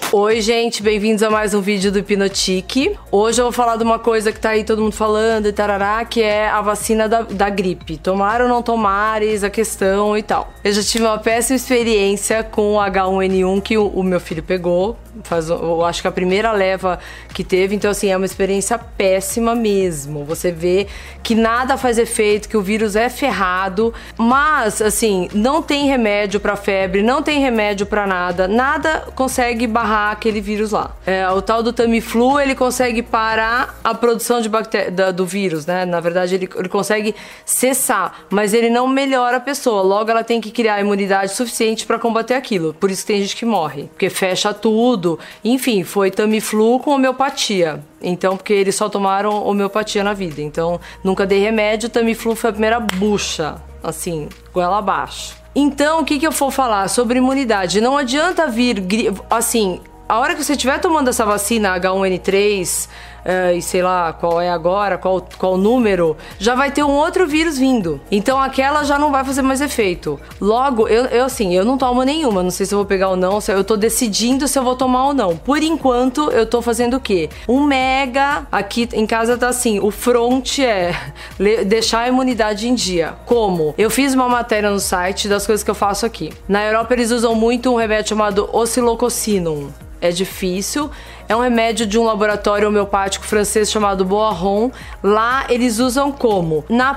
Oi, gente, bem-vindos a mais um vídeo do Hipnotique. Hoje eu vou falar de uma coisa que tá aí todo mundo falando e tarará, que é a vacina da gripe. Tomar ou não tomar, eis a questão e tal. Eu já tive uma péssima experiência com o H1N1 que o meu filho pegou. Eu acho que a primeira leva que teve, então assim, é uma experiência péssima mesmo. Você vê que nada faz efeito, que o vírus é ferrado, mas assim, não tem remédio pra febre, não tem remédio pra nada, nada consegue barrar aquele vírus lá. O tal do Tamiflu, ele consegue parar a produção de do vírus, né? Na verdade, ele consegue cessar, mas ele não melhora a pessoa. Logo, ela tem que criar imunidade suficiente pra combater aquilo. Por isso que tem gente que morre, porque fecha tudo. Enfim, foi Tamiflu com homeopatia. Então, porque eles só tomaram homeopatia na vida. Então, nunca dei remédio. Tamiflu foi a primeira bucha, assim, goela abaixo. Então, o que eu vou falar sobre imunidade? Não adianta vir, assim, a hora que você estiver tomando essa vacina H1N3, e sei lá qual é agora, qual número, já vai ter um outro vírus vindo. Então aquela já não vai fazer mais efeito. Logo, eu não tomo nenhuma, não sei se eu vou pegar ou não, eu tô decidindo se eu vou tomar ou não. Por enquanto, eu tô fazendo o quê? Um mega, aqui em casa tá assim, o front é deixar a imunidade em dia. Como? Eu fiz uma matéria no site das coisas que eu faço aqui. Na Europa eles usam muito um remédio chamado Oscillococcinum. É difícil, é um remédio de um laboratório homeopático francês chamado Boiron. Lá eles usam como? Na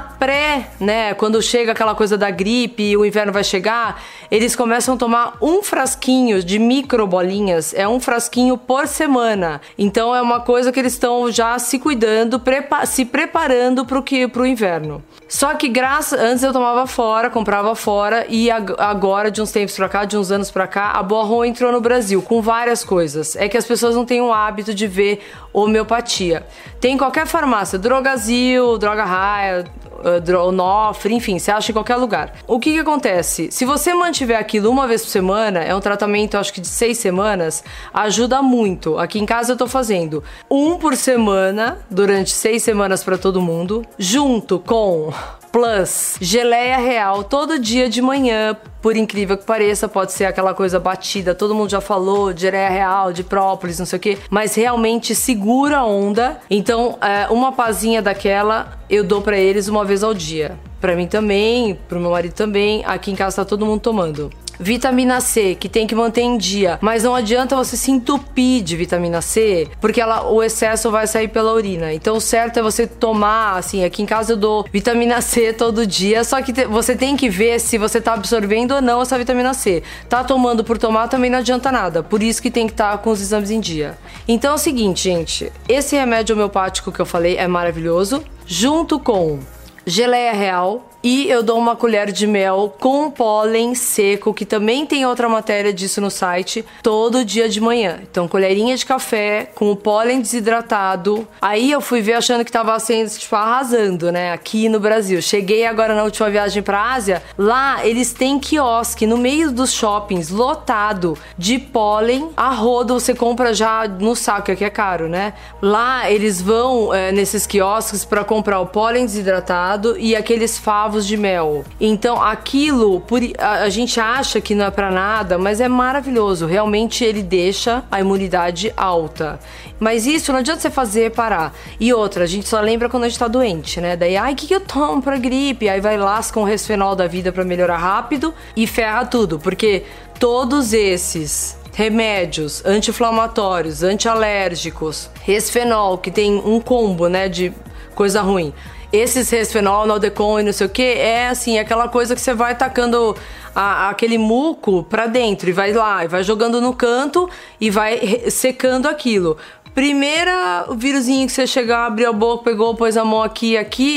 né, quando chega aquela coisa da gripe e o inverno vai chegar, eles começam a tomar um frasquinho de microbolinhas, é um frasquinho por semana. Então é uma coisa que eles estão já se cuidando, se preparando pro inverno. Só que antes eu tomava fora, comprava fora, e agora, de uns tempos pra cá, de uns anos pra cá, a Boiron entrou no Brasil com várias coisas. É que as pessoas não têm o hábito de ver homeopatia. Tem em qualquer farmácia, Drogazil, Droga Raia, Onofre, enfim, você acha em qualquer lugar. O que acontece? Se você mantiver aquilo uma vez por semana, é um tratamento, acho que de 6 semanas, ajuda muito. Aqui em casa eu tô fazendo um por semana, durante 6 semanas pra todo mundo, junto com plus geleia real todo dia de manhã. Por incrível que pareça, pode ser aquela coisa batida, todo mundo já falou de geleia real, de própolis, não sei o que, mas realmente segura a onda. Então, uma pazinha daquela eu dou pra eles uma vez ao dia. Pra mim também, pro meu marido também, aqui em casa tá todo mundo tomando. Vitamina C, que tem que manter em dia, mas não adianta você se entupir de vitamina C, porque o excesso vai sair pela urina. Então o certo é você tomar, assim, aqui em casa eu dou vitamina C todo dia, só que você tem que ver se você tá absorvendo ou não essa vitamina C. Tá tomando por tomar também não adianta nada, por isso que tem que estar com os exames em dia. Então é o seguinte, gente, esse remédio homeopático que eu falei é maravilhoso, junto com geleia real, e eu dou uma colher de mel com pólen seco, que também tem outra matéria disso no site, todo dia de manhã. Então, colherinha de café com o pólen desidratado. Aí eu fui ver achando que tava sendo, tipo, arrasando, né, aqui no Brasil. Cheguei agora na última viagem pra Ásia, lá eles têm quiosque no meio dos shoppings, lotado de pólen a rodo, você compra já no saco, que é caro, né? Lá eles vão nesses quiosques pra comprar o pólen desidratado e aqueles favos de mel. Então aquilo, a gente acha que não é pra nada, mas é maravilhoso. Realmente ele deixa a imunidade alta. Mas isso não adianta você fazer parar. E outra, a gente só lembra quando a gente tá doente, né? Daí, o que eu tomo pra gripe? Aí vai lasca um resfenol da vida pra melhorar rápido e ferra tudo. Porque todos esses remédios anti-inflamatórios, anti-alérgicos, resfenol, que tem um combo, né, de coisa ruim. Esses resfenol, Naldecon e não sei o que, é assim, aquela coisa que você vai tacando aquele muco pra dentro e vai lá, e vai jogando no canto e vai secando aquilo. Primeira vírusinho que você chegar, abriu a boca, pegou, pôs a mão aqui,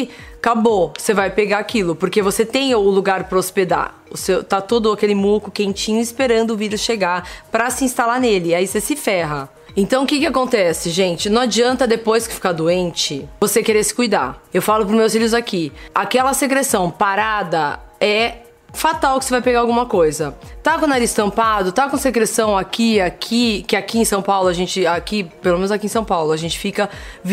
acabou. Você vai pegar aquilo, porque você tem o lugar pra hospedar. Tá todo aquele muco quentinho esperando o vírus chegar pra se instalar nele, aí você se ferra. Então o que acontece, gente? Não adianta depois que ficar doente você querer se cuidar. Eu falo pros meus filhos aqui, aquela secreção parada é fatal que você vai pegar alguma coisa. Tá com o nariz tampado, tá com secreção aqui, que aqui em São Paulo, pelo menos aqui em São Paulo, a gente fica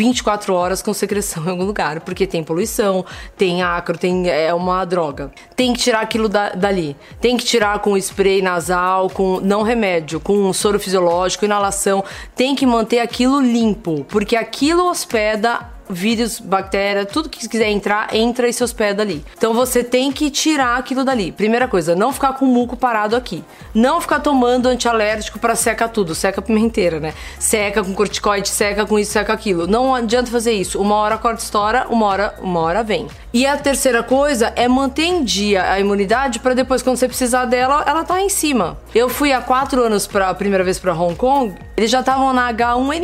24 horas com secreção em algum lugar, porque tem poluição, tem ácaro, é uma droga. Tem que tirar aquilo dali. Tem que tirar com spray nasal, não remédio, com soro fisiológico, inalação. Tem que manter aquilo limpo, porque aquilo hospeda vírus, bactéria, tudo que quiser entra e se hospeda ali. Então você tem que tirar aquilo dali. Primeira coisa, não ficar com o muco parado aqui. Não ficar tomando antialérgico pra secar tudo. Seca a pimenteira, né? Seca com corticoide, seca com isso, seca aquilo. Não adianta fazer isso. Uma hora a corda estoura, uma hora vem. E a terceira coisa é manter em dia a imunidade pra depois, quando você precisar dela, ela tá em cima. Eu fui há 4 anos a primeira vez pra Hong Kong, eles já estavam na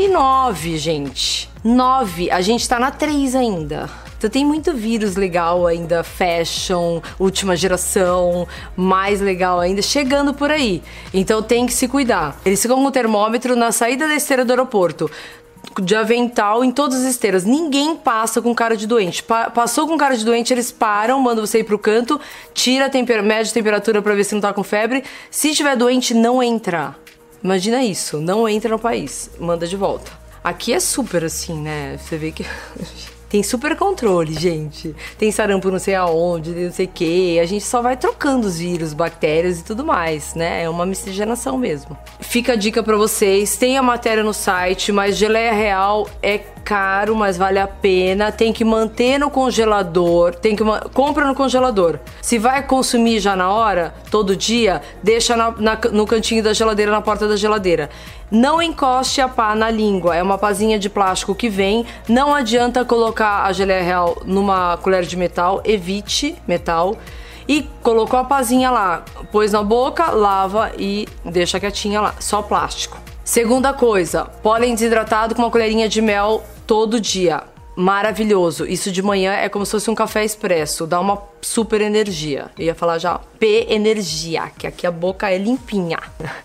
H1N9, gente. 9, a gente tá na 3 ainda. Então tem muito vírus legal ainda, fashion, última geração, mais legal ainda, chegando por aí. Então tem que se cuidar. Eles ficam com o termômetro na saída da esteira do aeroporto, de avental em todas as esteiras. Ninguém passa com cara de doente. Passou com cara de doente, eles param, mandam você ir pro canto, tira mede a temperatura pra ver se não tá com febre. Se tiver doente, não entra. Imagina isso, não entra no país, manda de volta. Aqui é super assim, né? Você vê que tem super controle, gente. Tem sarampo não sei aonde, não sei o que. A gente só vai trocando os vírus, bactérias e tudo mais, né? É uma miscigenação mesmo. Fica a dica pra vocês. Tem a matéria no site, mas geleia real é caro, mas vale a pena. Tem que manter no congelador. Compra no congelador. Se vai consumir já na hora, todo dia, deixa no cantinho da geladeira, na porta da geladeira. Não encoste a pá na língua. É uma pazinha de plástico que vem. Não adianta colocar a geleia real numa colher de metal. Evite metal. E colocou a pazinha lá, pôs na boca, lava e deixa quietinha lá. Só plástico. Segunda coisa, pólen desidratado com uma colherinha de mel todo dia. Maravilhoso. Isso de manhã é como se fosse um café expresso. Dá uma super energia. Eu ia falar já P-energia, que aqui a boca é limpinha.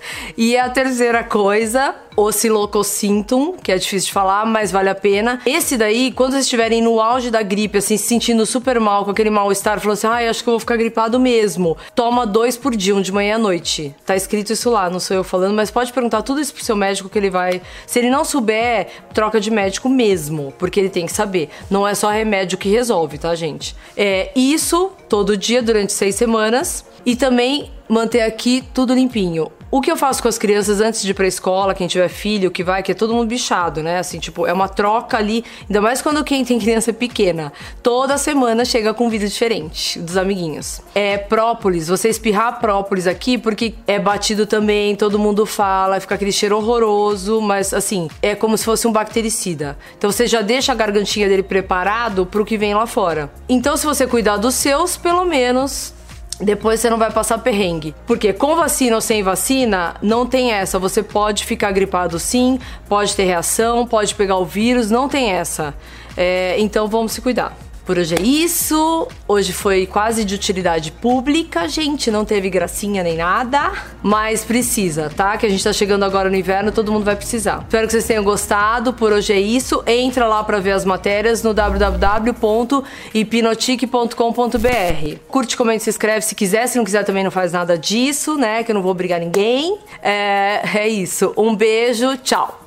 E a terceira coisa, oscilocossintum, que é difícil de falar, mas vale a pena. Esse daí, quando vocês estiverem no auge da gripe, assim, se sentindo super mal, com aquele mal-estar, falando assim, acho que eu vou ficar gripado mesmo. Toma 2 por dia, um de manhã e à noite. Tá escrito isso lá, não sou eu falando, mas pode perguntar tudo isso pro seu médico que ele vai... Se ele não souber, troca de médico mesmo, porque ele tem que saber. Não é só remédio que resolve, tá, gente? Isso todo dia durante 6 semanas e também manter aqui tudo limpinho. O que eu faço com as crianças antes de ir pra escola, quem tiver filho, que é todo mundo bichado, né? Assim, tipo, é uma troca ali, ainda mais quando quem tem criança pequena. Toda semana chega com um vídeo diferente dos amiguinhos. Própolis, você espirrar própolis aqui, porque é batido também, todo mundo fala, fica aquele cheiro horroroso, mas assim, é como se fosse um bactericida. Então você já deixa a gargantinha dele preparado pro que vem lá fora. Então se você cuidar dos seus, pelo menos... Depois você não vai passar perrengue. Porque com vacina ou sem vacina, não tem essa. Você pode ficar gripado sim, pode ter reação, pode pegar o vírus, não tem essa. Então vamos se cuidar. Por hoje é isso. Hoje foi quase de utilidade pública, gente. Não teve gracinha nem nada. Mas precisa, tá? Que a gente tá chegando agora no inverno, todo mundo vai precisar. Espero que vocês tenham gostado. Por hoje é isso. Entra lá pra ver as matérias no www.hipnotique.com.br. Curte, comenta, se inscreve se quiser. Se não quiser também não faz nada disso, né? Que eu não vou obrigar ninguém. É isso. Um beijo. Tchau.